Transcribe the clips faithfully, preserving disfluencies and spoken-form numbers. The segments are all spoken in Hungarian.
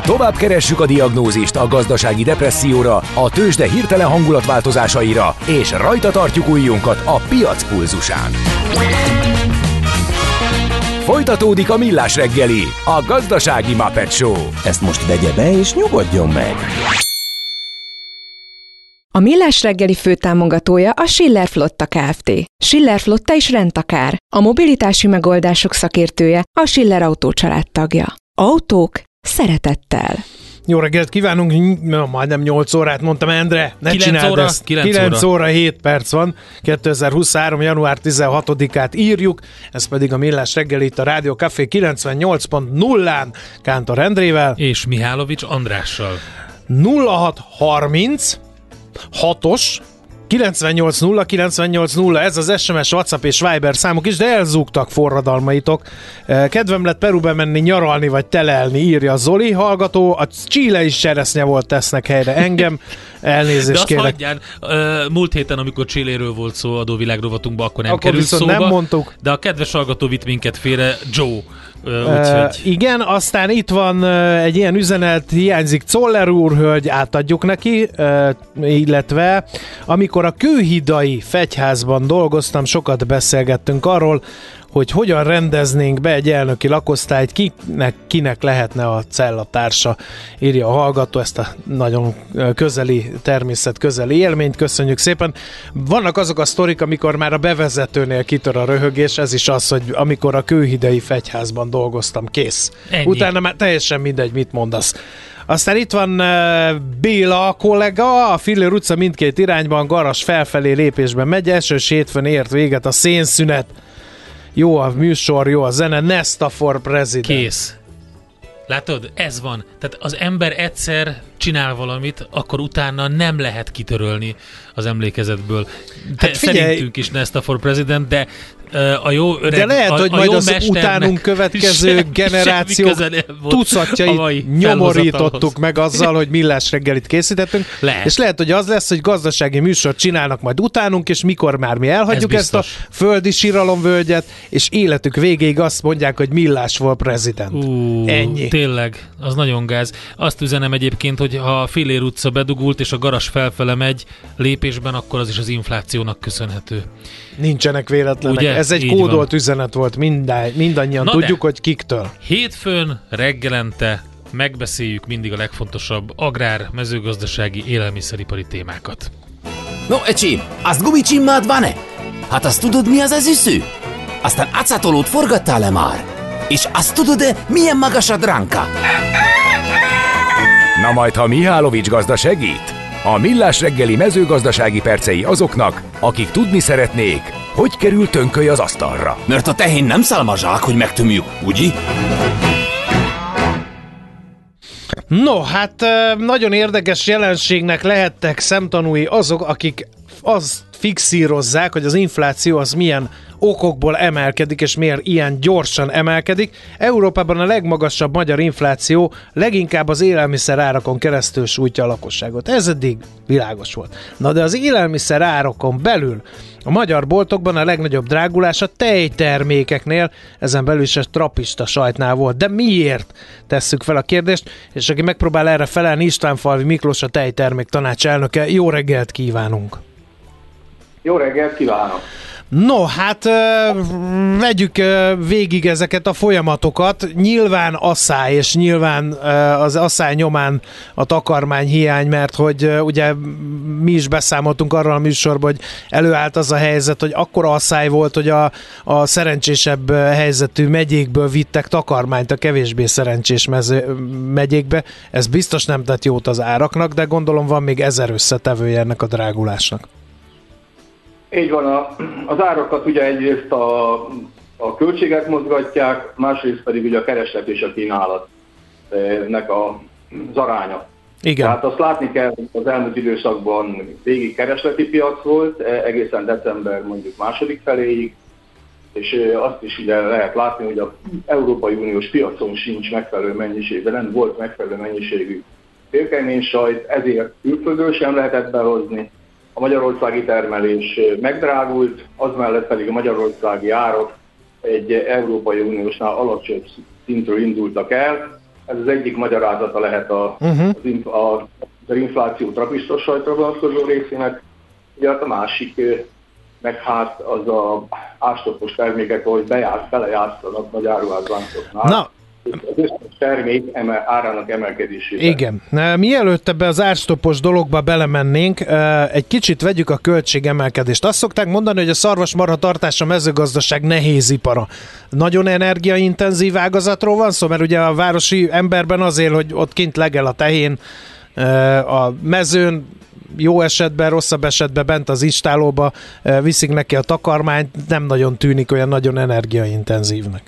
Tovább keressük a diagnózist a gazdasági depresszióra, a tőzsde hirtelen hangulatváltozásaira, és rajta tartjuk ujjunkat a piac pulzusán. Folytatódik a Millás reggeli, a gazdasági Muppet Show. Ezt most vegye be és nyugodjon meg! A Millás reggeli főtámogatója a Schiller Flotta Kft. Schiller Flotta is rendtakár. A mobilitási megoldások szakértője, a Schiller Autó család tagja. Autók szeretettel. Jó reggelt kívánunk, majdnem nyolc órát mondtam, Endre, ne csináld óra, ezt. kilenc kilenc óra. óra hét perc van, kétezer-huszonhárom. január tizenhatodikát írjuk, ez pedig a Millás reggel itt a Rádió Café kilencvennyolc pont nullán Kántor Endrével. És Mihálovics Andrással. nulla hat harminc hatos kilencvennyolc nulla kilencvennyolc nulla, ez az es em es, WhatsApp és Viber számok is, de elzúgtak forradalmaitok. Kedvem lett Peruba menni nyaralni vagy telelni, írja Zoli hallgató. A chilei cseresznye volt, tesznek helyre engem. Elnézést de azt kérek. hagyján, múlt héten, amikor Chiléről volt szó adóvilágrovatunkban, akkor nem Akkor került viszont szóba. nem mondtuk. De a kedves hallgató vitt minket félre, Joe. Uh, Úgyhogy... igen, aztán itt van uh, egy ilyen üzenet, hiányzik Czoller úr, hogy átadjuk neki, uh, illetve amikor a kőhidai fegyházban dolgoztam, sokat beszélgettünk arról, hogy hogyan rendeznénk be egy elnöki lakosztályt, kinek, kinek lehetne a cellatársa, írja a hallgató ezt a nagyon közeli, természet közeli élményt, köszönjük szépen. Vannak azok a sztorik, amikor már a bevezetőnél kitör a röhögés, ez is az, hogy amikor a kőhidai fegyházban dolgoztam, kész. Ennyi. Utána már teljesen mindegy, mit mondasz. Aztán itt van uh, Béla kollega, a Filler utca mindkét irányban, garas felfelé lépésben megy, esős hétfőn ért véget a szénszünet. Jó a műsor, jó a zene, Nesta for President. Kész. Látod? Ez van. Tehát az ember egyszer csinál valamit, akkor utána nem lehet kitörölni az emlékezetből. De Hát figyelj, szerintünk is Nesta for President, de uh, a jó öreg, de lehet, a, hogy a majd jó az mesternek utánunk következő semmi- generációk semmi köze nem volt a tucatjait mai nyomorítottuk felhozatalhoz. meg azzal, hogy Millás reggelit készítettünk. Lehet. És lehet, hogy az lesz, hogy gazdasági műsort csinálnak majd utánunk, és mikor már mi elhagyjuk Ez ezt a biztos. földi síralomvölgyet, és életük végéig azt mondják, hogy Millás for President. Ú, Ennyi. Tényleg, az nagyon gáz. Azt üzenem egyébként, hogy ha a Fillér utca bedugult, és a garas felfele megy lépésben, akkor az is az inflációnak köszönhető. Nincsenek véletlenek. Ugye? Ez egy Így kódolt van. üzenet volt, minden, mindannyian Na tudjuk, de. hogy kiktől. Hétfőn reggelente megbeszéljük mindig a legfontosabb agrár, mezőgazdasági, élelmiszeripari témákat. No, ecsi, azt gumicsimmád van-e? Hát azt tudod, mi az az üsző? Aztán acatolót forgattál-e már? És azt tudod-e, milyen magas a dránka? Na majd, ha Mihálovics gazda segít? A Millás reggeli mezőgazdasági percei azoknak, akik tudni szeretnék, hogy kerül tönköly az asztalra. Mert a tehén nem szálmazsák, hogy megtömjük, ugye? No, hát nagyon érdekes jelenségnek lehettek szemtanúi azok, akik azt fixírozzák, hogy az infláció az milyen okokból emelkedik, és miért ilyen gyorsan emelkedik. Európában a legmagasabb magyar infláció leginkább az élelmiszer árakon keresztül sújtja a lakosságot. Ez eddig világos volt. Na de az élelmiszer árakon belül a magyar boltokban a legnagyobb drágulás a tejtermékeknél, ezen belül is a trapista sajtnál volt. De miért? Tesszük fel a kérdést, és aki megpróbál erre felelni, Istvánfalvi Miklós, a tejtermék tanács elnöke. Jó reggelt kívánunk! Jó reggelt kívánok! No, hát vegyük végig ezeket a folyamatokat. Nyilván asszály, és nyilván az asszály nyomán a takarmány hiány, mert hogy ugye mi is beszámoltunk arról a műsorban, hogy előállt az a helyzet, hogy akkora asszály volt, hogy a, a szerencsésebb helyzetű megyékből vittek takarmányt a kevésbé szerencsés mező, megyékbe. Ez biztos nem tett jót az áraknak, de gondolom van még ezer összetevője ennek a drágulásnak. Így van, a, az árakat ugye egyrészt a, a költségek mozgatják, másrészt pedig ugye a kereslet és a kínálatnak a, az aránya. Igen. Tehát azt látni kell, hogy az elmúlt időszakban végig keresleti piac volt, egészen december mondjuk második feléig, és azt is ugye lehet látni, hogy az Európai Uniós piacon sincs megfelelő mennyiségű, nem volt megfelelő mennyiségű félkemény sajt, ezért külföldről sem lehetett behozni. A magyarországi termelés megdrágult, az mellett pedig a magyarországi árak egy Európai Uniósnál alacsonyabb szintről indultak el, Ez az egyik magyarázata lehet a, uh-huh. az, inf, a, az infláció trapistos sajtra vonatkozó részének. Ugye a másik, meg hát az a ástopos termékek, ahogy bejárt, belejátszanak nagy áruházláncoknál. Na. Az összes termék emel, árának emelkedésében. Igen. Mielőtt ebbe az árstopos dologba belemennénk, egy kicsit vegyük a költségemelkedést. Azt szokták mondani, hogy a szarvasmarha tartása a mezőgazdaság nehéz ipara. Nagyon energiaintenzív ágazatról van szó, mert ugye a városi emberben azért, hogy ott kint legel a tehén a mezőn, jó esetben, rosszabb esetben bent az istálóba viszik neki a takarmányt, nem nagyon tűnik olyan nagyon energiaintenzívnek.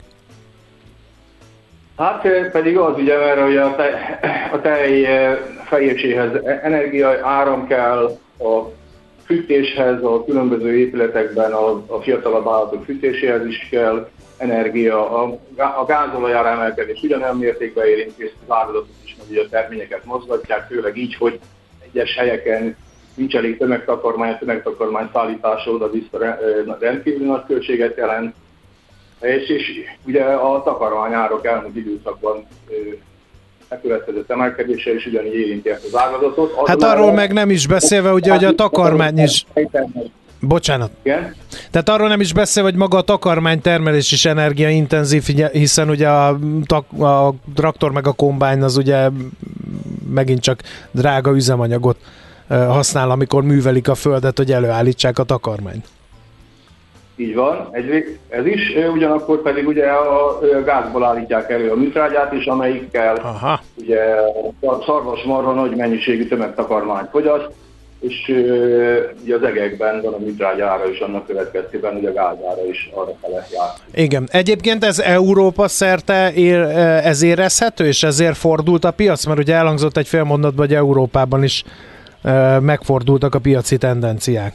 Hát pedig az ugye, mert ugye a, tej, a tej fejéséhez energia, áram kell, a fűtéshez, a különböző épületekben a, a fiatalabb állatok fűtéséhez is kell energia, a, a gázolaj emelkedés ugyanolyan mértékben érinti ezt az ágazatot is, mert ugye a terményeket mozgatják, főleg így, hogy egyes helyeken nincs elég tömegtakarmány, a tömegtakarmány szállítása oda-vissza rendkívül nagy költséget jelent. És, és ugye a takarmányárok elmúlt időszakban megkövetkezett emelkedése is ugyanígy érinti ezt az ágazatot. Az hát arról meg nem is beszélve, ugye, hogy a takarmány is... Bocsánat. Igen? Tehát arról nem is beszélve, hogy maga a takarmánytermelés is energiaintenzív, hiszen ugye a, a traktor meg a kombány az ugye megint csak drága üzemanyagot használ, amikor művelik a földet, hogy előállítsák a takarmányt. Így van, egy, ez is, ugyanakkor pedig ugye a gázból állítják elő a műtrágyát is, amelyikkel Aha. ugye a szarvasmarha nagy mennyiségű tömegtakarmányt fogyaszt, és ugye az egekben van a műtrágyára is, annak következtében ugye a gázára is arra fele jár. Igen, egyébként ez Európa szerte ér, ez érezhető, és ezért fordult a piac, mert ugye elhangzott egy fél mondatban, hogy Európában is megfordultak a piaci tendenciák.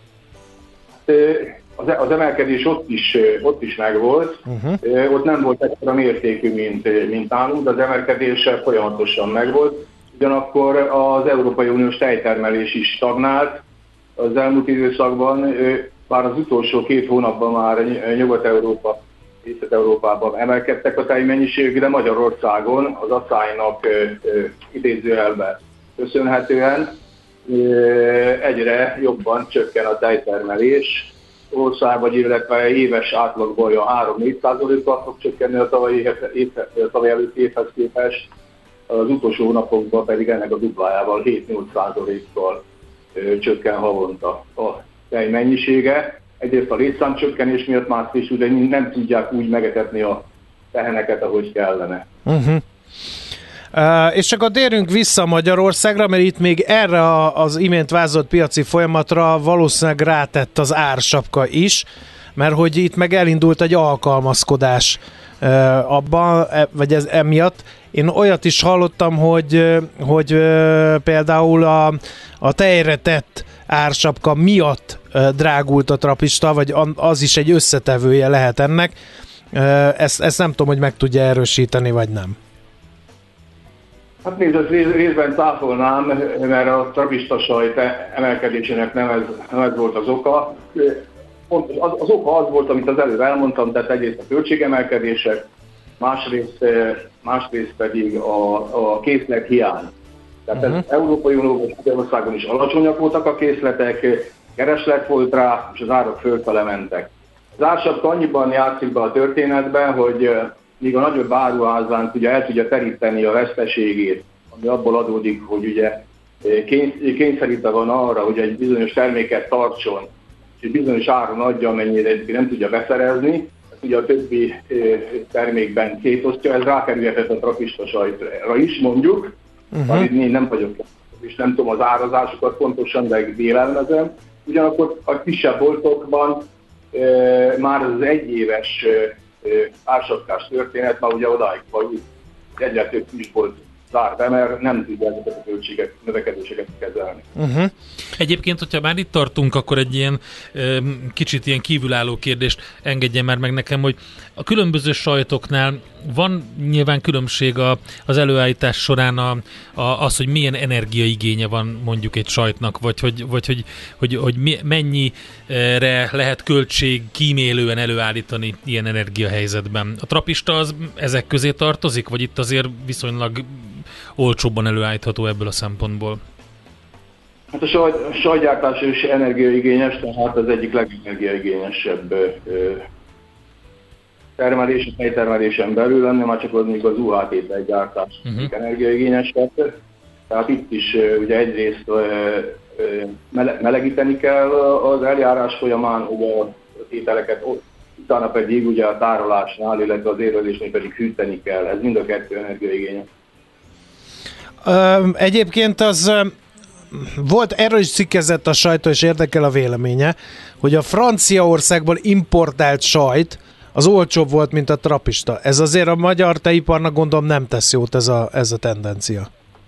Az, az emelkedés ott is, ott is megvolt, uh-huh. ott nem volt ekkora mértékű, mint, mint nálunk, de az emelkedése folyamatosan megvolt. Ugyanakkor az Európai Uniós tejtermelés is stagnált az elmúlt időszakban, bár az utolsó két hónapban már Nyugat-Európa, Észak-Európában emelkedtek a tejmennyiségek, de Magyarországon az asszálynak idézőjelben köszönhetően egyre jobban csökken a tejtermelés. Országban, illetve éves átlagból a három-négy százalékkal fog csökkenni a tavalyi, tavalyi előtti évhez képest, az utolsó hónapokban pedig ennek a duplájával hét-nyolc százalékkal csökken havonta a tej mennyisége. Egyrészt a létszámcsökkenés miatt, másrészt ugye nem tudják úgy megetetni a teheneket, ahogy kellene. Uh-huh. Uh, és akkor térjünk vissza Magyarországra, mert itt még erre a, az imént vázolt piaci folyamatra valószínűleg rátett az ársapka is, mert hogy itt meg elindult egy alkalmazkodás uh, abban, vagy ez emiatt. Én olyat is hallottam, hogy, hogy uh, például a, a tejre tett ársapka miatt uh, drágult a trapista, vagy az is egy összetevője lehet ennek. Uh, ezt, ezt nem tudom, hogy meg tudja erősíteni, vagy nem. Hát nézd, az részben cáfolnám, mert a trapista sajt emelkedésének nem ez, nem ez volt az oka. Az, az oka az volt, amit az előbb elmondtam, tehát egyrészt a költségemelkedések, másrészt, másrészt pedig a, a készlet hiány. Tehát uh-huh. az Európai Unióban és Magyarországon is alacsonyak voltak a készletek, kereslet volt rá, és az árak fölfele mentek. Az ársapka annyiban játszik be a történetben, hogy míg a nagyobb áruházlánc ugye el tudja teríteni a veszteségét, ami abból adódik, hogy ugye kényszerítve van arra, hogy egy bizonyos terméket tartson, és egy bizonyos áron adja, amennyire nem tudja beszerezni, ezt ugye a többi termékben szétosztja, ez rákerülhetett a trapista sajtra is, mondjuk, uh-huh. amit én nem vagyok, és nem tudom az árazásokat pontosan, de vélelmezem. Ugyanakkor a kisebb boltokban már az egyéves ársapkás történet, már ugye odáig vagy, egyre több kisbolt zár be, mert nem tudja ezeket a költségek, növekedéseket kezelni. Uh-huh. Egyébként, hogyha már itt tartunk, akkor egy ilyen kicsit ilyen kívülálló kérdést engedje már meg nekem, hogy a különböző sajtoknál van nyilván különbség a, az előállítás során a, a, az, hogy milyen energiaigénye van mondjuk egy sajtnak, vagy hogy, vagy hogy, hogy, hogy mi, mennyire lehet költség kímélően előállítani ilyen energiahelyzetben. A trapista az ezek közé tartozik, vagy itt azért viszonylag olcsóbban előállítható ebből a szempontból? Hát a saj, sajtgyártás is energiaigényes, tehát az egyik legenergiaigényesebb termelés, a fejtermelésen belül lenne, már csak az még az u há té gyártás uh-huh. energiaigényesebb. Tehát itt is ugye egyrészt melegíteni kell az eljárás folyamán, ugye a tételeket, utána pedig ugye a tárolásnál, illetve az érlelésnél pedig hűteni kell. Ez mind a kettő energiaigényes. Egyébként az volt, erről is cikkezett a sajtó, és érdekel a véleménye, hogy a Franciaországból importált sajt az olcsóbb volt, mint a trapista. Ez azért a magyar tejiparnak gondolom nem tesz jót ez a, ez a tendencia.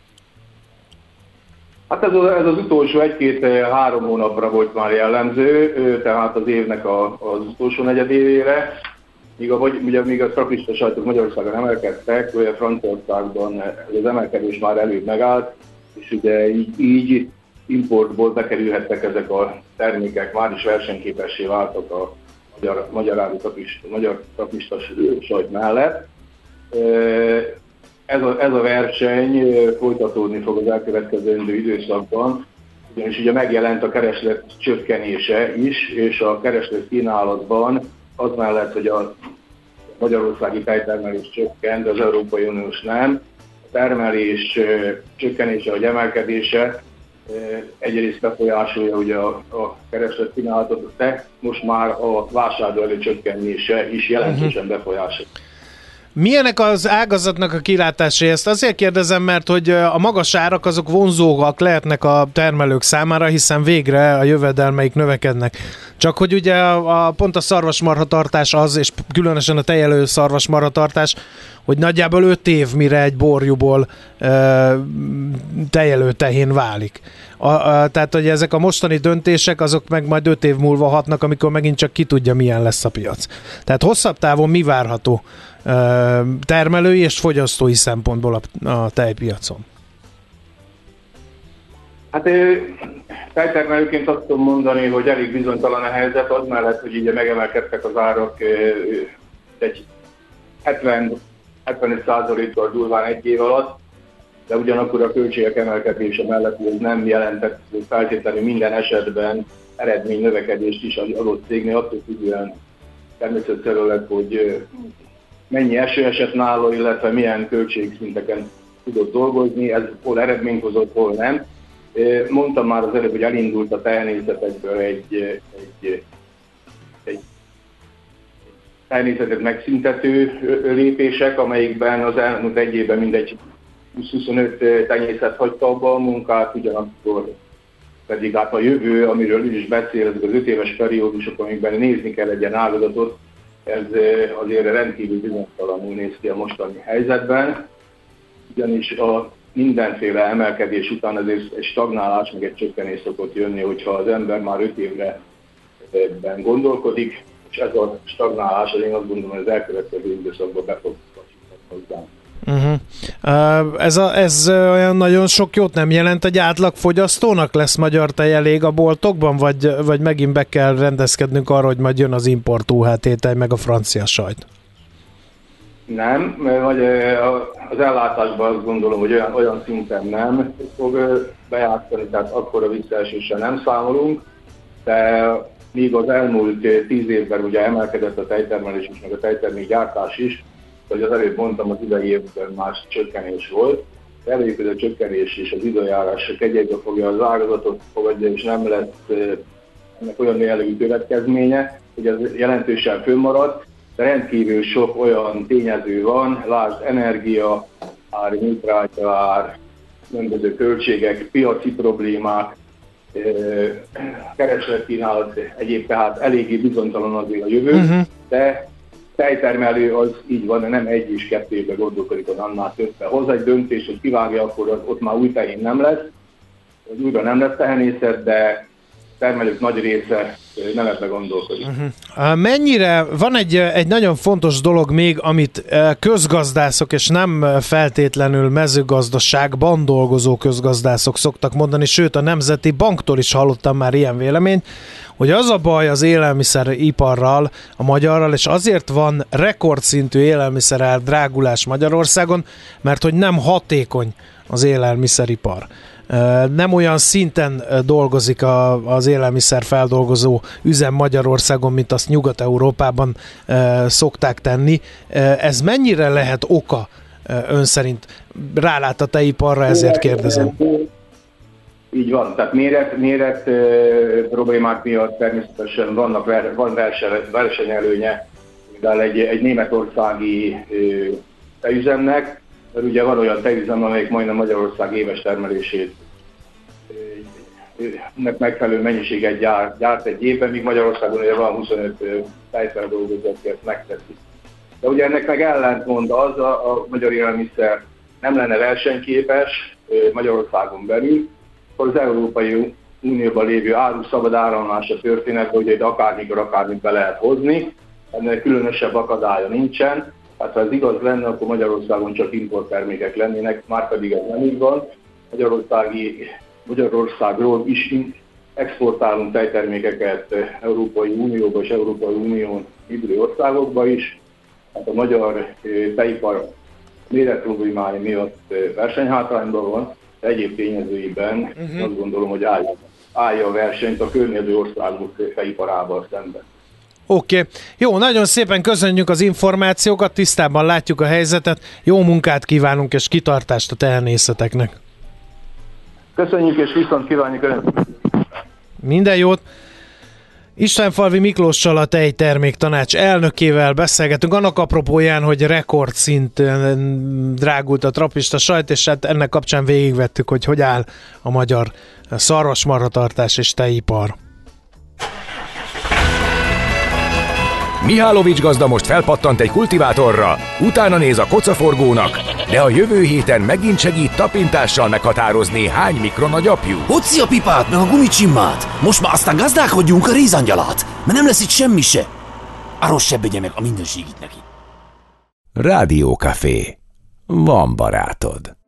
Hát ez, az, ez az utolsó egy-két-három hónapra volt már jellemző, tehát az évnek a, az utolsó negyedévére. Míg a, ugye, míg a trapista sajtok Magyarországon emelkedtek, ugye Franciaországban az emelkedés már előbb megállt, és ugye így, így importból bekerülhettek ezek a termékek, már is versenyképessé váltak a magyar, magyar áru trapista, magyar trapista sajt mellett. Ez a, ez a verseny folytatódni fog az elkövetkező időszakban, ugyanis ugye megjelent a kereslet csökkenése is, és a kereslet kínálatban az mellett, hogy a magyarországi tejtermelés csökkent, de az Európai Uniós nem, a termelés csökkenése vagy emelkedése egyrészt befolyásolja ugye a, a kereslet kínálatot, de most már a vásárlóerő csökkenése is jelentősen befolyásolja. Milyenek az ágazatnak a kilátásai? Ezt azért kérdezem, mert hogy a magas árak azok vonzóak lehetnek a termelők számára, hiszen végre a jövedelmeik növekednek. Csak hogy ugye a, a pont a szarvasmarhatartás az, és különösen a tejelő szarvasmarhatartás, hogy nagyjából öt év, mire egy borjúból e, tejelő tehén válik. A, a, tehát, hogy ezek a mostani döntések, azok meg majd öt év múlva hatnak, amikor megint csak ki tudja, milyen lesz a piac. Tehát hosszabb távon mi várható termelői és fogyasztói szempontból a, a tejpiacon? Hát tejtermelőként azt tudom mondani, hogy elég bizonytalan a helyzet, az mellett, hogy így megemelkedtek az árak egy hetven-hetvenöt százalékkal durván egy év alatt, de ugyanakkor a költségek emelkedése mellett ez nem jelentett feltétlenül minden esetben eredmény növekedést is az adott cégnél, attól függően természetszerűleg, hogy mennyi eső esett nála, illetve milyen költségszinteken tudott dolgozni, ez hol eredményt hozott, hol nem. Mondtam már az előbb, hogy elindult a tehenészetekből egy, egy, egy tehenészetet megszüntető lépések, amelyikben az elmúlt egy évben mindegy húsz-huszonöt tenyészet hagyta abba a munkát, ugyanakkor pedig hát a jövő, amiről ő is beszél, ezek az öt éves periódusok, amikben nézni kell egy ilyen ágazatot, ez azért rendkívül bizonytalanul néz ki a mostani helyzetben, ugyanis a mindenféle emelkedés után azért egy stagnálás, meg egy csökkenés szokott jönni, hogyha az ember már öt évre ebben gondolkodik, és ez a stagnálás, én azt gondolom, hogy az elkövetkező időszakban be fog hozzá. Uh-huh. Uh, ez, a, ez olyan nagyon sok jót nem jelent egy átlag fogyasztónak? Lesz magyar tej elég a boltokban, vagy, vagy megint be kell rendezkednünk arra, hogy majd jön az import u há té tej, meg a francia sajt? Nem, mert az ellátásban azt gondolom, hogy olyan, olyan szinten nem fog bejátszani, tehát akkora visszaeséssel nem számolunk, de míg az elmúlt tíz évben ugye emelkedett a tejtermelés is, meg a tejtermék gyártás is, hogy az előbb mondtam, az idei évben más csökkenés volt. Reméljük, hogy a csökkenés és az időjárás egyébként fogja az ágazatot fogadja, és nem lesz ennek olyan jellegű következménye, hogy ez jelentősen fönnmarad, de rendkívül sok olyan tényező van, lásd energia, ár, nitrágya ár, különböző költségek, piaci problémák, keresletkínálat egyéb, tehát eléggé bizonytalan azért a jövő, uh-huh. de tejtermelő az így van, nem egy és kettő évben gondolkodik, az annál többen. Hoz egy döntés, hogy kivágja, akkor az, ott már új tehén nem lesz, az újra nem lesz tehenészet, de termelők nagy része nem ebbe gondolkodik. Uh-huh. Mennyire, van egy, egy nagyon fontos dolog még, amit közgazdászok, és nem feltétlenül mezőgazdaságban dolgozó közgazdászok szoktak mondani, sőt a Nemzeti Banktól is hallottam már ilyen véleményt, hogy az a baj az élelmiszeriparral, a magyarral, és azért van rekordszintű élelmiszerár drágulás Magyarországon, mert hogy nem hatékony az élelmiszeripar. Nem olyan szinten dolgozik a, az élelmiszer feldolgozó üzem Magyarországon, mint azt Nyugat-Európában e, szokták tenni. Ez mennyire lehet oka ön szerint? Rálát a tejiparra, ezért kérdezem. Így van, tehát méret, méret e, problémák miatt természetesen vannak, van verseny, versenyelőnye, mivel egy, egy németországi e, tejüzemnek, mert ugye van olyan tejüzem, amelyik majdnem Magyarország éves termelését nek megfelelő mennyiséget gyárt, gyárt egy évben, míg Magyarországon ugye van huszonöt tejfeldolgozó, aki ezt megteszi. De ugye ennek meg ellentmond az, a, a magyar élelmiszer nem lenne versenyképes Magyarországon belül, akkor az Európai Unióban lévő áru szabad áramlása történet, hogy itt akármikor akármit be lehet hozni, ennek különösebb akadálya nincsen. Hát ha ez igaz lenne, akkor Magyarországon csak importtermékek lennének, már pedig ez nem így van. Magyarországi, Magyarországról is exportálunk tejtermékeket Európai Unióba és Európai Unión kívüli országokba is. Hát a magyar tejipar méretproblémája miatt versenyhátrányban van, de egyéb tényezőiben uh-huh. azt gondolom, hogy állja, állja a versenyt a környező országok tejiparával szemben. Oké. Okay. Jó, nagyon szépen köszönjük az információkat, tisztában látjuk a helyzetet, jó munkát kívánunk és kitartást a tehenészeteknek. Köszönjük és viszont kívánjuk önöknek. Minden jót! Istvánfalvi Miklóssal, a Tejtermék Tanács elnökével beszélgetünk annak apropóján, hogy rekordszinten drágult a trapista sajt, és hát ennek kapcsán végigvettük, hogy hogy áll a magyar szarvasmarhatartás és tejipar. Mihálovics gazda most felpattant egy kultivátorra, utána néz a kocaforgónak, de a jövő héten megint segít tapintással meghatározni, hány mikron a gyapjú. Hocsi a pipát, meg a gumicsimmát! Most már aztán gazdálkodjunk a rézangyalát, mert nem lesz itt semmi se. Arról se begye meg a mindenségit neki. Rádiókafé. Van barátod.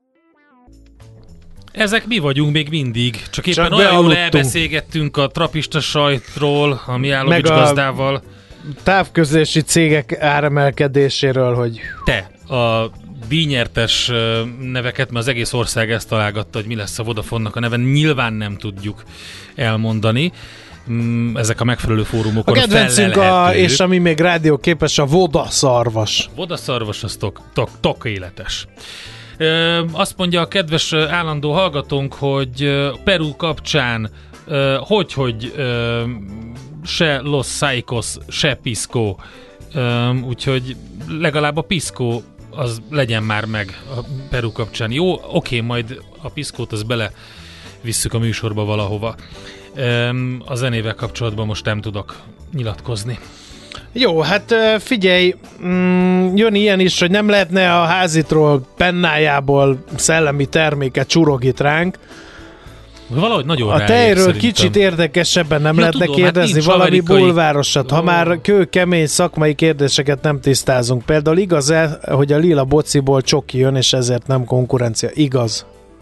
Ezek mi vagyunk még mindig, csak éppen csak olyan bealudtunk. jól elbeszélgettünk a trapista sajtról, a Mihálovics a... gazdával. Távközlési cégek áremelkedéséről, hogy... Te, a díjnyertes neveket, mert az egész ország ezt találgatta, hogy mi lesz a Vodafone-nak a neve, nyilván nem tudjuk elmondani. Ezek a megfelelő fórumokon a kedvencünk a, és ami még rádióképes, a vodaszarvas. Vodaszarvas, az tok, tok, tok életes. Ö, azt mondja a kedves állandó hallgatónk, hogy Peru kapcsán hogy, hogy ö, se Los Saicos, se Pisco, ö, úgyhogy legalább a Pisco az legyen már meg a Peru kapcsán. Jó, oké, majd a Piscót az bele visszük a műsorba valahova. Ö, a zenével kapcsolatban most nem tudok nyilatkozni. Jó, hát figyelj, mm, jön ilyen is, hogy nem lehetne a házitról, pennájából szellemi terméket csurogít ránk. Valahogy nagyon a tejről kicsit érdekesebben nem ja, lehetne tudom, kérdezni, hát valami amerikai... bulvárosat, ha oh. már kőkemény szakmai kérdéseket nem tisztázunk. Például igaz-e, hogy a lila bociból csoki jön, és ezért nem konkurencia? Igaz.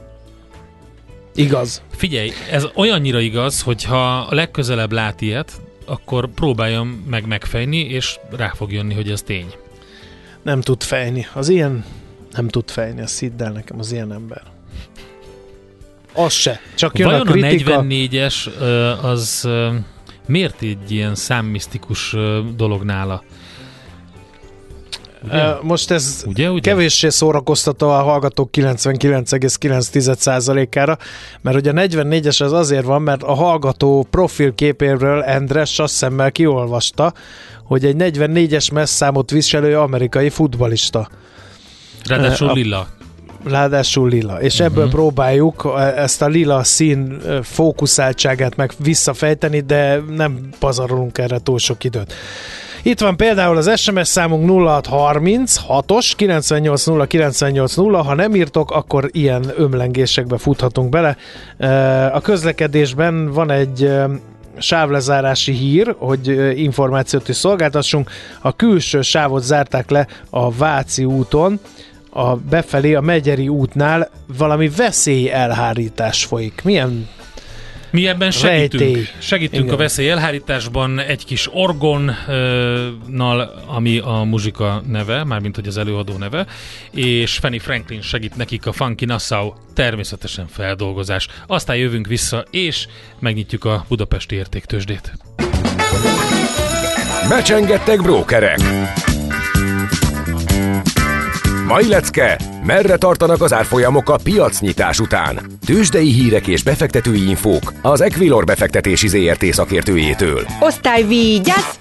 Igaz. Figyelj, ez olyannyira igaz, hogy ha a legközelebb lát ilyet, akkor próbáljam meg megfejni, és rá fog jönni, hogy ez tény. Nem tud fejni. Az ilyen nem tud fejni, azt hidd el nekem, az ilyen ember. Az se. Csak jön vajon a kritika. A negyvennégyes az miért egy ilyen számmisztikus dolog nála? Ugye? Most ez ugye, ugye? kevéssé szórakoztató a hallgatók kilencvenkilenc egész kilenc százalékára, mert ugye a negyvennégyes az azért van, mert a hallgató profilképéről András azt szemmel kiolvasta, hogy egy negyvennégyes messzámot viselő amerikai futballista. Ráadásul lila. Ráadásul lila. És uh-huh. ebből próbáljuk ezt a lila szín fókuszáltságát meg visszafejteni, de nem pazarolunk erre túl sok időt. Itt van például az es em es számunk nulla hat harminc hatos kilencvennyolc nulla kilencvennyolc nulla, ha nem írtok, akkor ilyen ömlengésekbe futhatunk bele. A közlekedésben van egy sávlezárási hír, hogy információt is szolgáltassunk. A külső sávot zárták le a Váci úton, a befelé a Megyeri útnál valami veszélyelhárítás folyik. Milyen Mi ebben segítünk. Rejtély. Segítünk Igen. a veszélyelhárításban egy kis orgonnal, ami a muzsika neve, mármint hogy az előadó neve, és Fanny Franklin segít nekik a Funky Nassau, természetesen feldolgozás. Aztán jövünk vissza, és megnyitjuk a budapesti értéktőzsdét. Becsengettek brókerek! Mai lecke, merre tartanak az árfolyamok a piacnyitás után? Tőzsdei hírek és befektetői infók az Equilor befektetési zé er té szakértőjétől. Osztály vigyázz!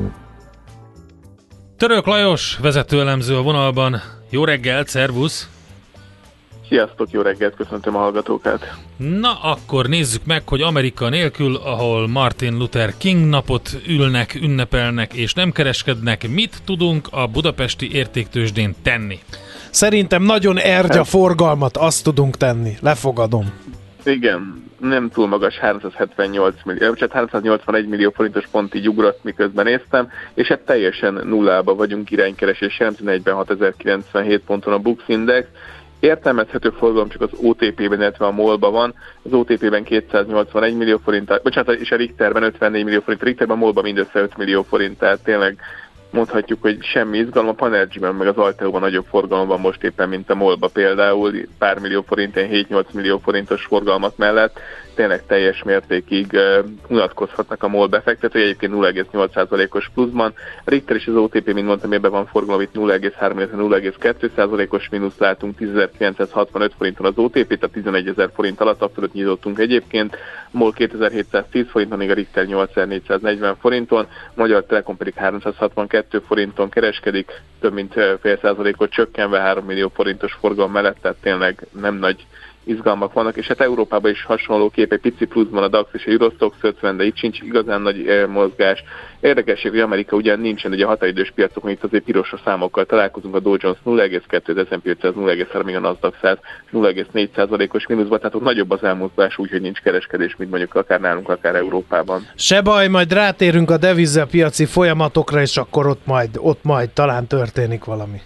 Török Lajos, vezetőelemző a vonalban. Jó reggelt, szervusz! Sziasztok, jó reggelt, köszöntöm a hallgatókat! Na, akkor nézzük meg, hogy Amerika nélkül, ahol Martin Luther King napot ülnek, ünnepelnek és nem kereskednek, mit tudunk a budapesti értéktőzsdén tenni? Szerintem nagyon ergy a forgalmat, azt tudunk tenni. Lefogadom. Igen, nem túl magas háromszázhetvennyolc millió, csak háromszáznyolcvanegy millió forintos pont így ugrott, miközben néztem, és hát teljesen nullába vagyunk iránykeresés jelentően negyvenhatezer-kilencvenhét ponton a Bux Index. Értelmezhető forgalom csak az o té pében, illetve a MOL-ban van. Az o té pében kétszáznyolcvanegy millió forint, bocsánat, és a Richterben ötvennégy millió forint, a Richterben, a MOL-ban mindössze öt millió forint, tehát tényleg mondhatjuk, hogy semmi izgalom. A Panergy-ben meg az Alteo-ban nagyobb forgalom van most éppen, mint a MOL-ba például, pár millió forintén, hét-nyolc millió forintos forgalmat mellett. Tényleg teljes mértékig uh, unatkozhatnak a MOL befektetői, egyébként nulla egész nyolc százalékos pluszban. A Richter és az o té pé, mint mondtam, ebben van forgalom, itt nulla egész három, illetve nulla egész kettő százalékos mínusz látunk, tízezer-kilencszázhatvanöt forinton az o té pé, tehát tizenegyezer forint alatt abszolút nyitottunk egyébként. MOL kétezer-hétszáztíz forinton, még a Richter nyolcezer-négyszáznegyven forinton, Magyar Telekom pedig háromszázhatvankettő forinton kereskedik, több mint fél százalékot csökkenve három millió forintos forgalom mellett, tehát tényleg nem nagy izgalmak vannak, és hát Európában is hasonló kép, egy pici pluszban a DAX és a Eurostoxx ötven, de itt sincs igazán nagy eh, mozgás. Érdekesség, hogy Amerika ugyan nincsen, ugye a határidős piacokon itt azért piros számokkal találkozunk, a Dow Jones nulla egész kettő, az es and pé ötszáz nulla egész három, a Nasdaq száz nulla egész négy százalékos mínuszban, tehát ott nagyobb az elmozgás, úgyhogy nincs kereskedés, mint mondjuk akár nálunk, akár Európában. Se baj, majd rátérünk a devizapiaci folyamatokra, és akkor ott majd, ott majd talán történik valami.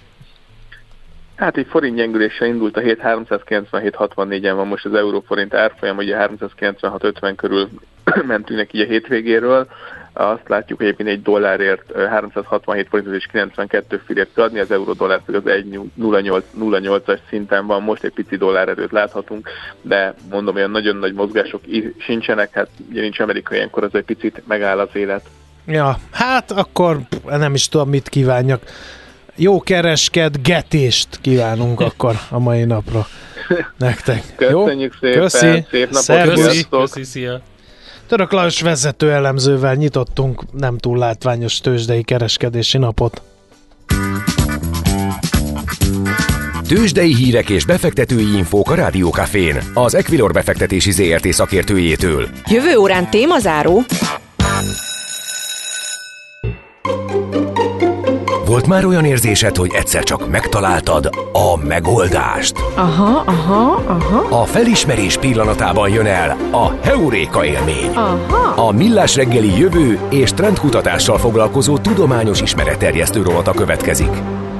Hát egy forint gyengüléssel indult a hét, háromszázkilencvenhét hatvannégyen van most az euróforint árfolyam, ugye háromszázkilencvenhat ötven körül mentünk neki a hétvégéről. Azt látjuk, hogy egyébként egy dollárért háromszázhatvanhét forintot és kilencvenkettő fillért adni, az euró-dollár pedig az egy nulla nyolc nulla nyolcas szinten van, most egy pici dollárerőt láthatunk, de mondom, olyan nagyon nagy mozgások sincsenek, hát ugye nincs Amerika, ilyenkor az egy picit megáll az élet. Ja, hát akkor nem is tudom, mit kívánjak. Jó kereskedgetést kívánunk akkor a mai napra nektek. Köszönjük jó? szépen, Köszi. szép napot, Köszi, köszi, szia. Török Lajos vezető elemzővel nyitottunk nem túl látványos tőzsdei kereskedési napot. Tőzsdei hírek és befektetői infók a Rádiókafén, az Equilor befektetési zé er té szakértőjétől. Jövő órán témazáró. Volt már olyan érzésed, hogy egyszer csak megtaláltad a megoldást? Aha, aha, aha. A felismerés pillanatában jön el a heuréka élmény. Aha. A Millás reggeli jövő és trendkutatással foglalkozó tudományos ismeretterjesztő rovata következik.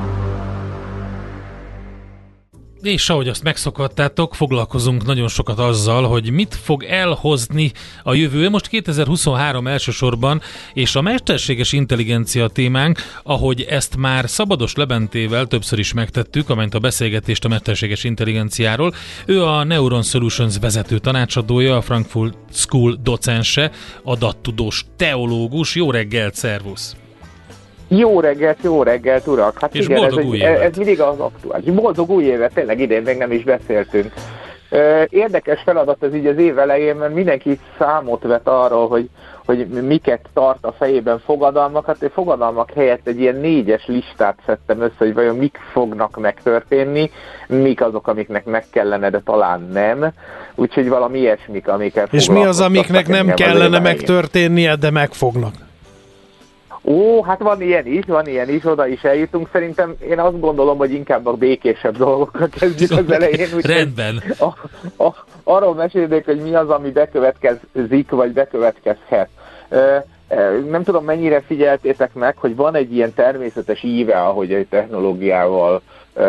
És ahogy azt megszokhattátok, foglalkozunk nagyon sokat azzal, hogy mit fog elhozni a jövő. Most kétezer-huszonhárom elsősorban, és a mesterséges intelligencia témánk, ahogy ezt már Szabados Lebentével többször is megtettük, amelyet a beszélgetést a mesterséges intelligenciáról. Ő a Neuron Solutions vezető tanácsadója, a Frankfurt School docense, adattudós teológus. Jó reggelt, szervusz! Jó reggelt, jó reggelt, urak! Hát és igen, ez, új egy, ez mindig az aktuális. Boldog új évet, tényleg idén még nem is beszéltünk. Érdekes feladat ez így az év elején, mert mindenki számot vet arról, hogy, hogy miket tart a fejében fogadalmak. Hát egy fogadalmak helyett egy ilyen négyes listát szedtem össze, hogy vajon mik fognak megtörténni, mik azok, amiknek meg kellene, de talán nem. Úgyhogy valami ilyesmik, amiket és mi az, amiknek nem kellene megtörténnie, de megfognak? Ó, hát van ilyen is, van ilyen is, oda is eljutunk. Szerintem én azt gondolom, hogy inkább a békésebb dolgokkal kezdjük az elején. Rendben. A, a, arról mesélnék, hogy mi az, ami bekövetkezik, vagy bekövetkezhet. Nem tudom, mennyire figyeltétek meg, hogy van egy ilyen természetes íve, ahogy egy technológiával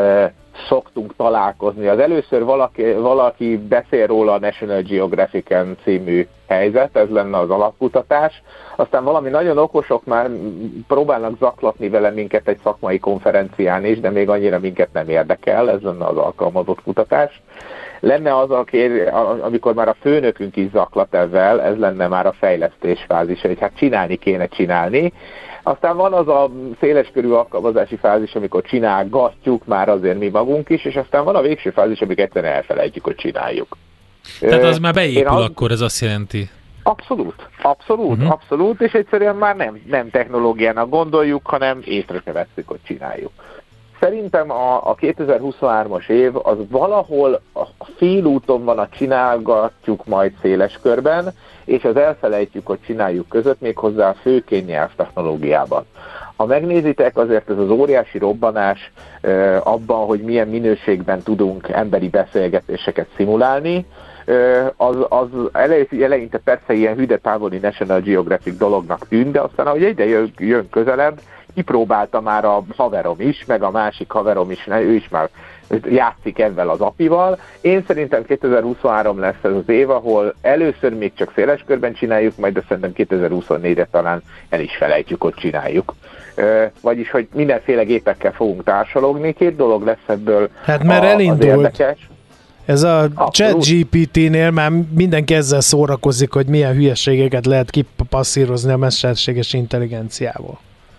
szoktunk találkozni. Az először valaki, valaki beszél róla a National Geographic-en című helyzet, ez lenne az alapkutatás. Aztán valami nagyon okosok már próbálnak zaklatni vele minket egy szakmai konferencián is, de még annyira minket nem érdekel, ez lenne az alkalmazott kutatás. Lenne az, amikor már a főnökünk is zaklat ezzel, ez lenne már a fejlesztés fázis, hogy hát csinálni kéne csinálni. Aztán van az a széleskörű alkalmazási fázis, amikor csinálgatjuk már azért mi magunk is, és aztán van a végső fázis, amikor egyszerűen elfelejtjük, hogy csináljuk. Tehát az már beépül az... akkor, ez azt jelenti. Abszolút, abszolút, uh-huh. abszolút, és egyszerűen már nem, nem technológiának gondoljuk, hanem észre se vesszük, hogy csináljuk. Szerintem a, a kétezer-huszonhármas év az valahol a félúton van a csinálgatjuk majd széles körben, és az elfelejtjük, hogy csináljuk között, méghozzá a főként nyelvtechnológiában. Ha megnézitek, azért ez az óriási robbanás eh, abban, hogy milyen minőségben tudunk emberi beszélgetéseket szimulálni, eh, az, az eleinte persze ilyen hüde távoli National Geographic dolognak tűnt, de aztán ahogy egyre jön, jön közelebb, kipróbálta már a haverom is, meg a másik haverom is, ő is már játszik ebben az apival. Én szerintem kétezer-huszonhárom lesz ez az év, ahol először még csak széles körben csináljuk, majd de szerintem kétezer-huszonnégyre talán el is felejtjük, hogy csináljuk. Vagyis, hogy mindenféle gépekkel fogunk társalogni, két dolog lesz ebből. Hát mert a, elindult. Ez a ChatGPT-nél már mindenki ezzel szórakozik, hogy milyen hülyeségeket lehet kipasszírozni a mesterséges intelligenciával.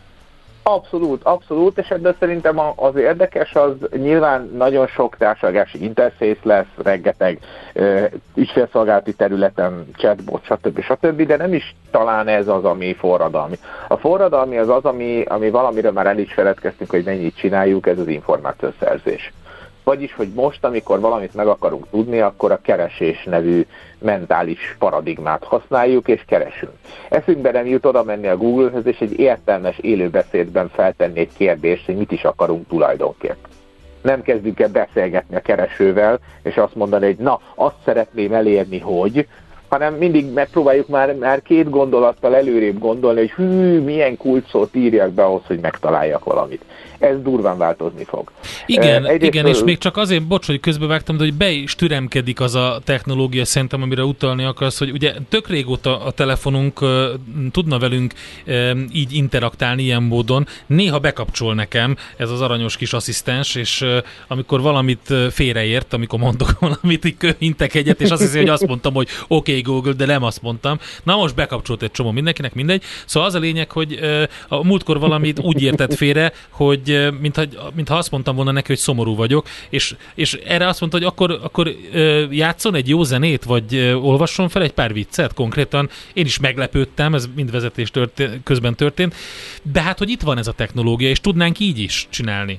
Abszolút, abszolút, és ebből szerintem az érdekes, az nyilván nagyon sok társadalmi interfész lesz, rengeteg uh, ügyfélszolgálati területen, chatbot, stb. stb., de nem is talán ez az, ami forradalmi. A forradalmi az az, ami, ami valamiről már el is feledkeztünk, hogy mennyit csináljuk, ez az információszerzés. Vagyis, hogy most, amikor valamit meg akarunk tudni, akkor a keresés nevű mentális paradigmát használjuk, és keresünk. Eszünkbe nem jut oda menni a Google-höz, és egy értelmes élőbeszédben feltenni egy kérdést, hogy mit is akarunk tulajdonképpen. Nem kezdünk el beszélgetni a keresővel, és azt mondani, hogy na, azt szeretném elérni, hogy, hanem mindig megpróbáljuk már, már két gondolattal előrébb gondolni, hogy hű, milyen kulcsszót írjak be ahhoz, hogy megtaláljak valamit. Ez durván változni fog. Igen, uh, igen, és még csak azért, bocs, hogy közbevágtam, de hogy be is türemkedik az a technológia, szerintem, amire utalni akarsz, hogy ugye tök régóta a telefonunk uh, tudna velünk uh, így interaktálni ilyen módon. Néha bekapcsol nekem ez az aranyos kis asszisztens, és uh, amikor valamit uh, félreért, amikor mondok valamit, így köhintek egyet, és azt hiszi, hogy azt mondtam, hogy oké, okay, Google, de nem azt mondtam. Na most bekapcsolt egy csomó mindenkinek, mindegy. Szóval az a lényeg, hogy uh, a múltkor valamit úgy értett félre, hogy mintha, mintha azt mondtam volna neki, hogy szomorú vagyok, és, és erre azt mondta, hogy akkor, akkor játszon egy jó zenét, vagy olvasson fel egy pár viccet konkrétan. Én is meglepődtem, ez mind vezetés történt, közben történt, de hát, hogy itt van ez a technológia, és tudnánk így is csinálni.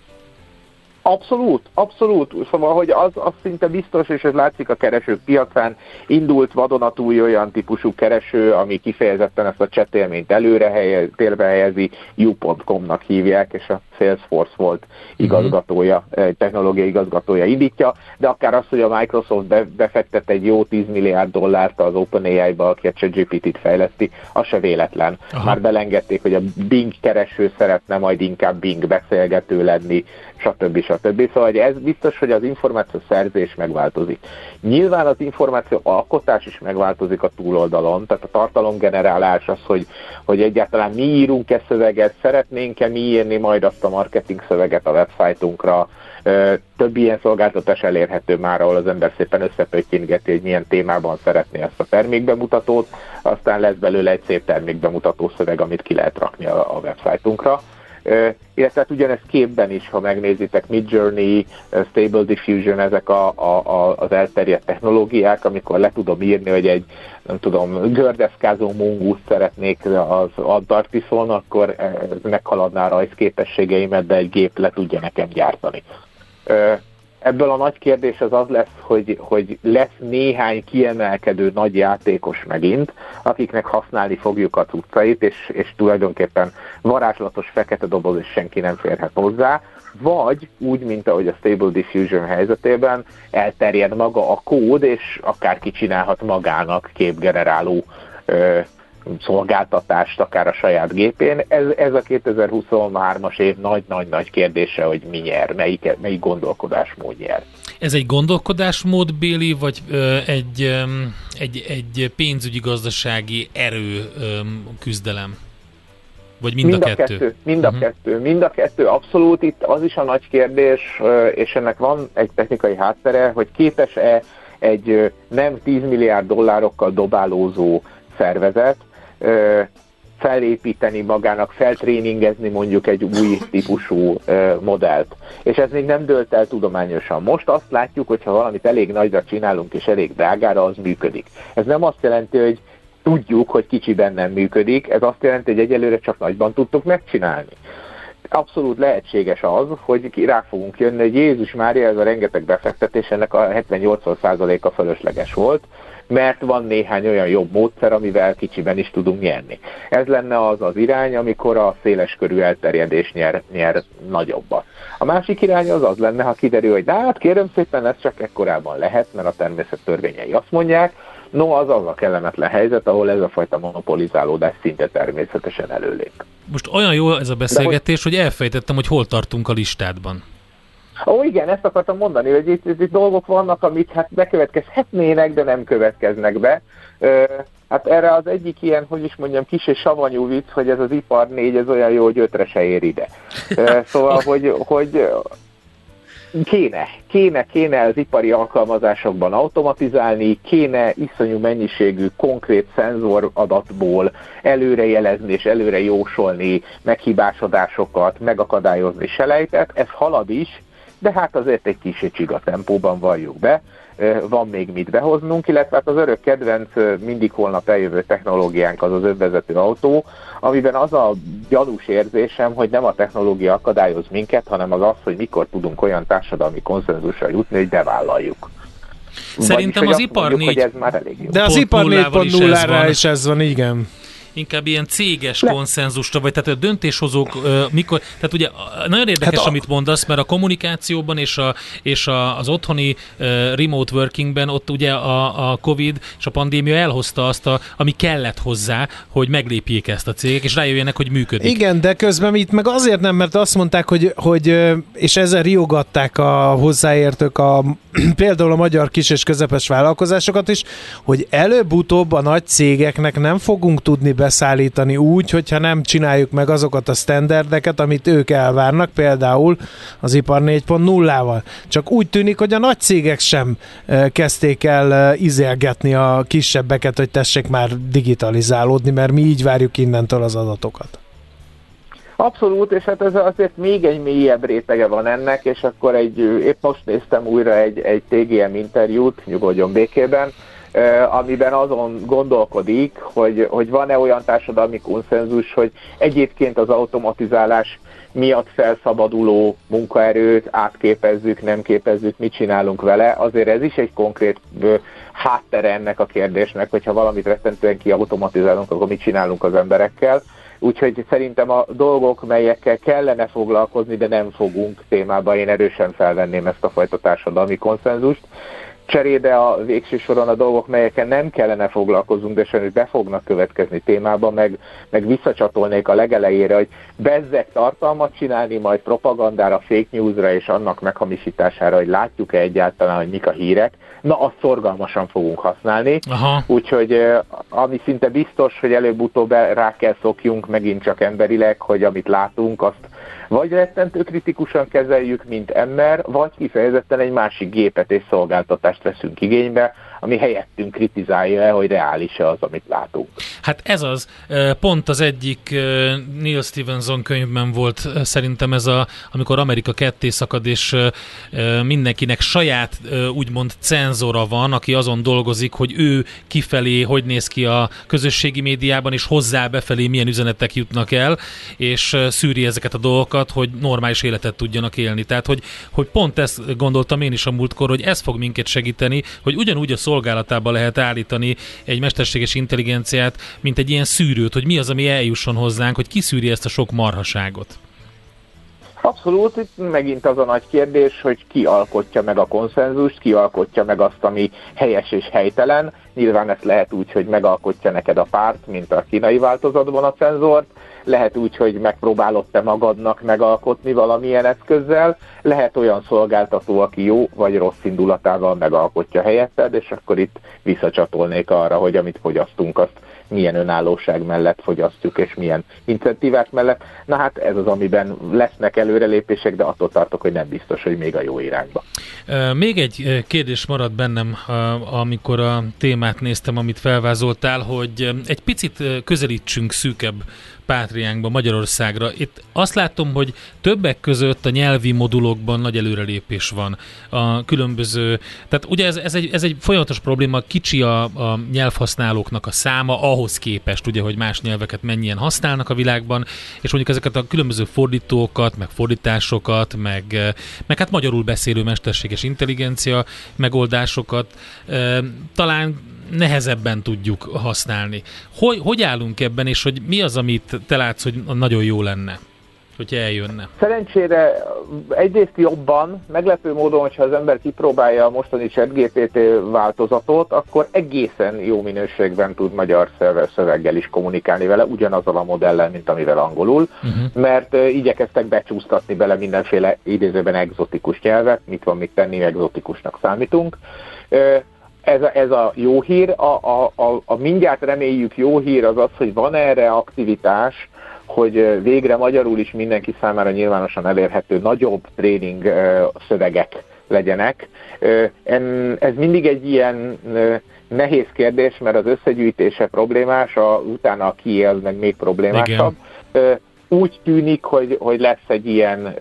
Abszolút, abszolút. Szóval, hogy az, az szinte biztos, és ez látszik a keresők piacán, indult vadonatúj olyan típusú kereső, ami kifejezetten ezt a chat élményt előre helyez, térbe helyezi, u pont com-nak hívják, és a Salesforce volt igazgatója, technológiai igazgatója indítja, de akár az, hogy a Microsoft befektet egy jó tíz milliárd dollárt az OpenAI-ba, aki a ChatGPT-t fejleszti, az se véletlen. Aha. Már belengedték, hogy a Bing kereső szeretne majd inkább Bing beszélgető lenni, stb. stb. Szóval ez biztos, hogy az információ szerzés megváltozik. Nyilván az információ alkotás is megváltozik a túloldalon, tehát a tartalomgenerálás az, hogy, hogy egyáltalán mi írunk-e szöveget, szeretnénk-e mi írni majd azt a marketing szöveget a websájtunkra. Több ilyen szolgáltatás elérhető már, ahol az ember szépen összepöttyingeti, hogy milyen témában szeretné ezt a termékbemutatót, aztán lesz belőle egy szép termékbemutató szöveg, amit ki lehet rakni a, a websájtunkra. Uh, illetve hát ugyanez képben is, ha megnézitek, Midjourney, uh, Stable Diffusion, ezek a, a, a, az elterjedt technológiák, amikor le tudom írni, hogy egy, nem tudom, gördeszkázó munguszt szeretnék az Antarktiszon, akkor ez meghaladná a rajzképességeimet, de egy gép le tudja nekem gyártani. Uh, Ebből a nagy kérdés az az lesz, hogy, hogy lesz néhány kiemelkedő nagy játékos megint, akiknek használni fogjuk a cuccait, és, és tulajdonképpen varázslatos fekete doboz, és senki nem férhet hozzá, vagy úgy, mint ahogy a Stable Diffusion helyzetében elterjed maga a kód, és akárki csinálhat magának képgeneráló ö, szolgáltatást, akár a saját gépén. Ez, ez a kétezer-huszonhármas év nagy-nagy-nagy kérdése, hogy mi nyer, melyik, melyik gondolkodásmód nyer. Ez egy gondolkodásmódbéli, vagy ö, egy, ö, egy, egy pénzügyi gazdasági erő ö, küzdelem? Vagy mind, mind a, a kettő? kettő mind uh-huh. a kettő. Mind a kettő, abszolút. Itt az is a nagy kérdés, és ennek van egy technikai háttere, hogy képes-e egy nem tíz milliárd dollárokkal dobálózó szervezet felépíteni magának, feltréningezni mondjuk egy új típusú modellt. És ez még nem dőlt el tudományosan. Most azt látjuk, hogy ha valamit elég nagyra csinálunk és elég drágára, az működik. Ez nem azt jelenti, hogy tudjuk, hogy kicsiben nem működik, ez azt jelenti, hogy egyelőre csak nagyban tudtuk megcsinálni. Abszolút lehetséges az, hogy rá fogunk jönni, hogy Jézus Mária, ez a rengeteg befektetés, ennek a hetven-nyolcvan százaléka fölösleges volt, mert van néhány olyan jobb módszer, amivel kicsiben is tudunk nyerni. Ez lenne az az irány, amikor a széleskörű elterjedés nyer, nyer nagyobbat. A másik irány az az lenne, ha kiderül, hogy de hát kérem szépen, ez csak ekkorában lehet, mert a természet törvényei azt mondják, no, az az a kellemetlen helyzet, ahol ez a fajta monopolizálódás szinte természetesen előlép. Most olyan jó ez a beszélgetés, hogy, hogy elfejtettem, hogy hol tartunk a listádban. Ó, igen, ezt akartam mondani, hogy itt, itt, itt dolgok vannak, amik hát bekövetkezhetnének, de nem következnek be. Ö, hát erre az egyik ilyen, hogy is mondjam, kis és savanyú vicc, hogy ez az ipar négy, ez olyan jó, hogy ötre se ér ide. Ö, szóval, hogy... hogy Kéne, kéne, kéne az ipari alkalmazásokban automatizálni, kéne iszonyú mennyiségű konkrét szenzoradatból előrejelezni és előre jósolni meghibásodásokat, megakadályozni selejtet. Ez halad is, de hát azért egy kis csiga tempóban valljuk be. Van még mit behoznunk, illetve hát az örök kedvenc, mindig holnap eljövő technológiánk az az önvezető autó, amiben az a gyanús érzésem, hogy nem a technológia akadályoz minket, hanem az az, hogy mikor tudunk olyan társadalmi konszenzusra jutni, hogy bevállaljuk. Szerintem Vagyis, az ipar mondjuk, négy... hogy ez már elég jó. De az ipar négy pont nullára is ez van, igen. Inkább ilyen céges Le. konszenzusra, vagy tehát a döntéshozók uh, mikor, tehát ugye nagyon érdekes, hát a... amit mondasz, mert a kommunikációban és, a, és a, az otthoni uh, remote workingben ott ugye a, a Covid és a pandémia elhozta azt, a, ami kellett hozzá, hogy meglépjék ezt a cégek, és rájöjjenek, hogy működik. Igen, de közben itt meg azért nem, mert azt mondták, hogy, hogy és ezzel riogatták a hozzáértők a, például a magyar kis és közepes vállalkozásokat is, hogy előbb-utóbb a nagy cégeknek nem fogunk tudni beszállítani úgy, hogyha nem csináljuk meg azokat a sztenderdeket, amit ők elvárnak, például az ipar négy pont nullával. Csak úgy tűnik, hogy a nagy cégek sem kezdték el izélgetni a kisebbeket, hogy tessék már digitalizálódni, mert mi így várjuk innentől az adatokat. Abszolút, és hát ez azért még egy mélyebb rétege van ennek, és akkor egy, épp most néztem újra egy, egy té gé em interjút, nyugodjon békében, amiben azon gondolkodik, hogy, hogy van-e olyan társadalmi konszenzus, hogy egyébként az automatizálás miatt felszabaduló munkaerőt átképezzük, nem képezzük, mit csinálunk vele. Azért ez is egy konkrét háttere ennek a kérdésnek, hogyha valamit rettentően kiautomatizálunk, akkor mit csinálunk az emberekkel. Úgyhogy szerintem a dolgok, melyekkel kellene foglalkozni, de nem fogunk témában, én erősen felvenném ezt a fajta társadalmi konszenzust. Cserébe a végső soron a dolgok, melyekkel nem kellene foglalkozunk, de sajnos be fognak következni témában, meg, meg visszacsatolnék a legelejére, hogy bezzeg tartalmat csinálni, majd propagandára, fake newsra és annak meghamisítására, hogy látjuk-e egyáltalán, hogy mik a hírek, na azt szorgalmasan fogunk használni. Aha. Úgyhogy ami szinte biztos, hogy előbb-utóbb rá kell szokjunk megint csak emberileg, hogy amit látunk, azt vagy rettentő kritikusan kezeljük, mint ember, vagy kifejezetten egy másik gépet és szolgáltatást veszünk igénybe, ami helyettünk kritizálja, hogy reális-e az, amit látunk. Hát ez az. Pont az egyik Neil Stephenson könyvben volt szerintem ez a, amikor Amerika ketté szakad, és mindenkinek saját úgymond cenzora van, aki azon dolgozik, hogy ő kifelé, hogy néz ki a közösségi médiában, és hozzá befelé milyen üzenetek jutnak el, és szűri ezeket a dolgokat, dolgokat, hogy normális életet tudjanak élni. Tehát, hogy, hogy pont ezt gondoltam én is a múltkor, hogy ez fog minket segíteni, hogy ugyanúgy a szolgálatába lehet állítani egy mesterséges intelligenciát, mint egy ilyen szűrőt, hogy mi az, ami eljusson hozzánk, hogy kiszűri ezt a sok marhaságot. Abszolút, itt megint az a nagy kérdés, hogy ki alkotja meg a konszenzust, ki alkotja meg azt, ami helyes és helytelen. Nyilván ezt lehet úgy, hogy megalkotja neked a párt, mint a kínai változatban a cenzort, lehet úgy, hogy megpróbálod te magadnak megalkotni valamilyen eszközzel, lehet olyan szolgáltató, aki jó vagy rossz indulatával megalkotja helyetted, és akkor itt visszacsatolnék arra, hogy amit fogyasztunk, azt milyen önállóság mellett fogyasztjuk, és milyen incentívák mellett. Na hát ez az, amiben lesznek előrelépések, de attól tartok, hogy nem biztos, hogy még a jó irányba. Még egy kérdés maradt bennem, amikor a témát néztem, amit felvázoltál, hogy egy picit közelítsünk szűkebb pátriánkba, Magyarországra. Itt azt látom, hogy többek között a nyelvi modulokban nagy előrelépés van. A különböző, tehát ugye ez, ez, egy, ez egy folyamatos probléma, kicsi a, a nyelvhasználóknak a száma ahhoz képest, ugye, hogy más nyelveket mennyien használnak a világban, és mondjuk ezeket a különböző fordítókat, meg fordításokat, meg, meg hát magyarul beszélő mesterséges intelligencia megoldásokat talán nehezebben tudjuk használni. Hogy, hogy állunk ebben, és hogy mi az, amit te látsz, hogy nagyon jó lenne, hogyha eljönne? Szerencsére egyrészt jobban, meglepő módon, hogyha az ember kipróbálja a mostani ChatGPT változatot, akkor egészen jó minőségben tud magyar szöveggel is kommunikálni vele, ugyanazzal a modellel, mint amivel angolul, uh-huh. mert uh, igyekeztek becsúsztatni bele mindenféle idézőben egzotikus nyelvet, mit van mit tenni, egzotikusnak számítunk. Uh, Ez a, ez a jó hír, a, a, a, a mindjárt reméljük jó hír az az, hogy van erre aktivitás, hogy végre magyarul is mindenki számára nyilvánosan elérhető nagyobb tréning szövegek legyenek. Ez mindig egy ilyen nehéz kérdés, mert az összegyűjtése problémás, a, utána a kiél meg még problémásabb. Igen. Úgy tűnik, hogy, hogy lesz egy ilyen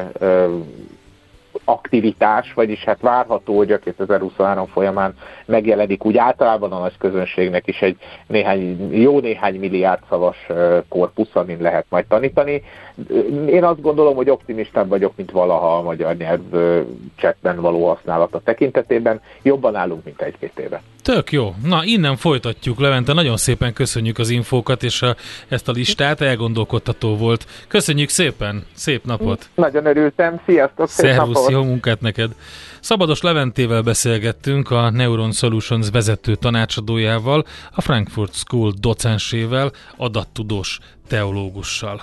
aktivitás, vagyis hát várható, hogy a kétezer-huszonhárom folyamán megjelenik úgy általában a nagy közönségnek is egy néhány, jó néhány milliárd szavas korpusz, amin lehet majd tanítani. Én azt gondolom, hogy optimistább vagyok, mint valaha a magyar nyelv chatben való használata tekintetében. Jobban állunk, mint egy-két éve. Tök jó. Na, innen folytatjuk, Levente. Nagyon szépen köszönjük az infókat és a, ezt a listát. Elgondolkodtató volt. Köszönjük szépen. Szép napot. Nagyon örültem. Sziasztok. Szép Szervusz, napot. Jó munkát neked. Szabados Leventével beszélgettünk, a Neuron Solutions vezető tanácsadójával, a Frankfurt School docensével, adattudós teológussal.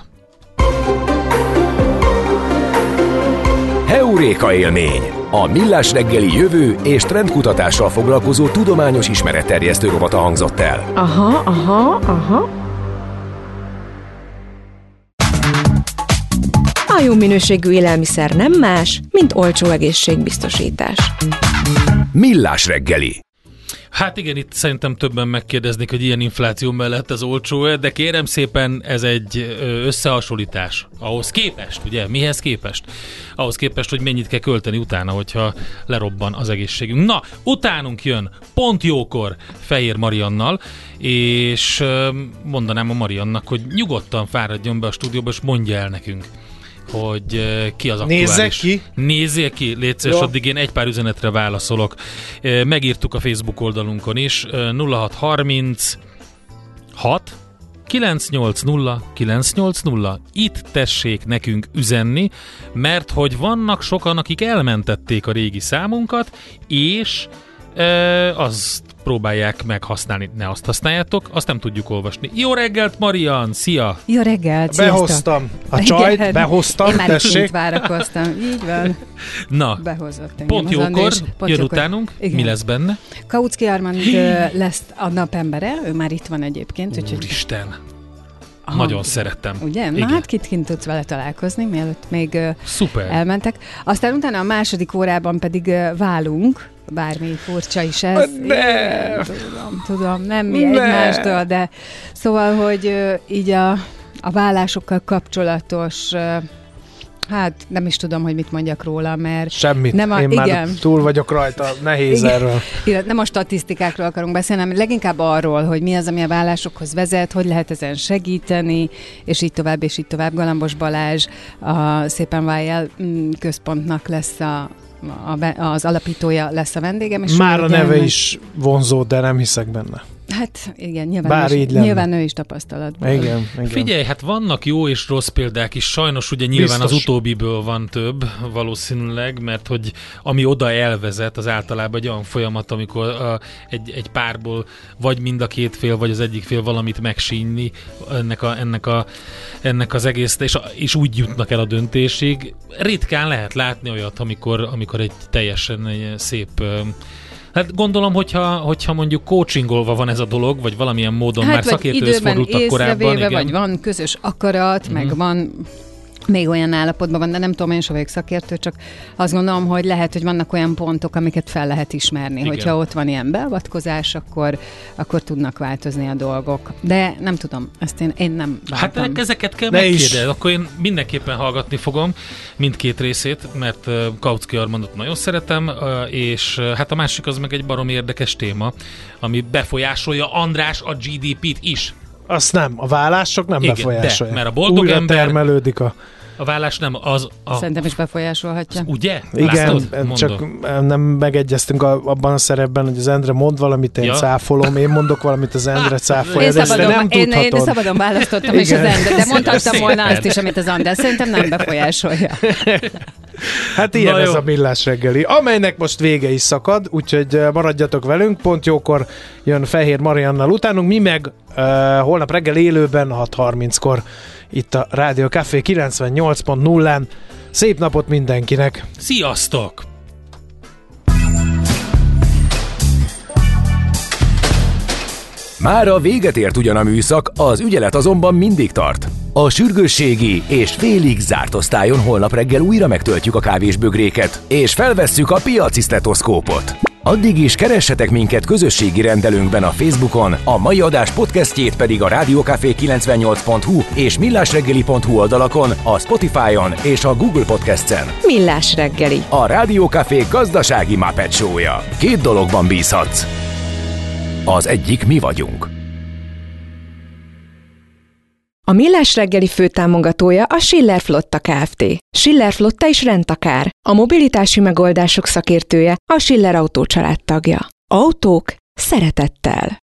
Heuréka élmény! A Millás reggeli jövő és trendkutatással foglalkozó tudományos ismeretterjesztő rovata hangzott el. Aha, aha, aha. A jó minőségű élelmiszer nem más, mint olcsó egészségbiztosítás. Millás reggeli. Hát igen, itt szerintem többen megkérdeznék, hogy ilyen infláció mellett ez olcsó-e, de kérem szépen, ez egy összehasonlítás. Ahhoz képest, ugye? Mihez képest? Ahhoz képest, hogy mennyit kell költeni utána, hogyha lerobban az egészségünk. Na, utánunk jön pont jókor Fehér Mariannal, és mondanám a Mariannak, hogy nyugodtan fáradjon be a stúdióba, és mondja el nekünk, hogy ki az aktuális. Nézzek ki? Nézzél ki, légy szíves, addig én egy pár üzenetre válaszolok. Megírtuk a Facebook oldalunkon is, nulla hat harminc hat kilenc nyolc nulla kilenc nyolc nulla. Itt tessék nekünk üzenni, mert hogy vannak sokan, akik elmentették a régi számunkat, és e, azt próbálják meghasználni. Ne azt használjátok, azt nem tudjuk olvasni. Jó reggelt, Marian! Szia! Jó reggelt! Sziasztok. Behoztam a csajt, igen, behoztam, én már tessék. itt várakoztam. Így van. Na, behozott pont jókor, jön jókor. Utánunk. Igen. Mi lesz benne? Kautsky Armand lesz a napembere, ő már itt van egyébként. Úristen! Aha, nagyon szerettem. Ugye? Na hát kit kint tudsz vele találkozni, mielőtt még Szuper. elmentek. Aztán utána a második órában pedig válunk, bármi furcsa is ez. Nem. Tudom, tudom, nem mi ne. egymástól, de szóval, hogy így a, a vállásokkal kapcsolatos Hát nem is tudom, hogy mit mondjak róla, mert... Semmit. Nem a, Én igen. már túl vagyok rajta, nehéz igen. erről. Igen, nem a statisztikákról akarunk beszélni, hanem leginkább arról, hogy mi az, ami a vállásokhoz vezet, hogy lehet ezen segíteni, és így tovább, és így tovább. Galambos Balázs, a Szépen Váljál központnak lesz a A, az alapítója lesz a vendégem. És már a neve gyermek... is vonzó, de nem hiszek benne. Hát igen, nyilván, Bár is, így lenne. nyilván ő is tapasztalatból. Igen, igen. Figyelj, hát vannak jó és rossz példák is, sajnos ugye nyilván Biztos. Az utóbbiből van több valószínűleg, mert hogy ami oda elvezet, az általában egy olyan folyamat, amikor a, egy, egy párból vagy mind a két fél, vagy az egyik fél valamit megsínni ennek, a, ennek, a, ennek az egész, és, és úgy jutnak el a döntésig. Ritkán lehet látni olyat, amikor, amikor egy teljesen egy szép... Hát gondolom, hogyha, hogyha mondjuk coachingolva van ez a dolog, vagy valamilyen módon hát, már szakértőhöz fordultak korábban. Igen. Vagy van közös akarat, uh-huh. meg van még olyan állapotban van, de nem tudom, én sem vagyok szakértő, csak azt gondolom, hogy lehet, hogy vannak olyan pontok, amiket fel lehet ismerni. Igen. Hogyha ott van ilyen beavatkozás, akkor, akkor tudnak változni a dolgok. De nem tudom, ezt én, én nem látom. Hát ezeket kell megkérdezni. Akkor én mindenképpen hallgatni fogom mindkét részét, mert Kautsky Armandot nagyon szeretem, és hát a másik az meg egy baromi érdekes téma, ami befolyásolja, András, a gé dé pét is. Azt nem, a vállások nem Igen, befolyásolják. De, mert a boldog újra ember... termelődik a... A vállás nem az... A... Szerintem is befolyásolhatja. Ugye? Igen, Látod? csak nem megegyeztünk a, abban a szerepben, hogy az Endre mond valamit, én ja. cáfolom, én mondok valamit, az Endre cáfolja, de ezt nem én, tudhatod. Én szabadon választottam, és az Endre, de mondhattam volna azt is, amit az Endre. Szerintem nem befolyásolja. Hát ilyen Na ez jó. a Millás reggeli, amelynek most vége is szakad, úgyhogy maradjatok velünk, pont jókor jön Fehér Mariannal utánunk, mi meg uh, holnap reggel élőben hat harminckor itt a Rádió Café kilencvennyolc pont nullán. Szép napot mindenkinek! Sziasztok! Mára véget ért ugyan a műszak, az ügyelet azonban mindig tart. A sürgősségi és félig zárt osztályon holnap reggel újra megtöltjük a kávésbögréket, és felvesszük a piaci sztetoszkópot. Addig is keressetek minket közösségi rendelőnkben a Facebookon, a mai adás podcastjét pedig a rádiókafé kilencvennyolc pont hu és millásreggeli pont hu oldalakon, a Spotify-on és a Google Podcast-en. Millás reggeli. A Rádiókafé gazdasági Muppet show-ja. Két dologban bízhatsz. Az egyik mi vagyunk. A Millás reggeli főtámogatója a Schiller Flotta Kft. Schiller Flotta is rendtakár. A mobilitási megoldások szakértője, a Schiller Autó család tagja. Autók szeretettel.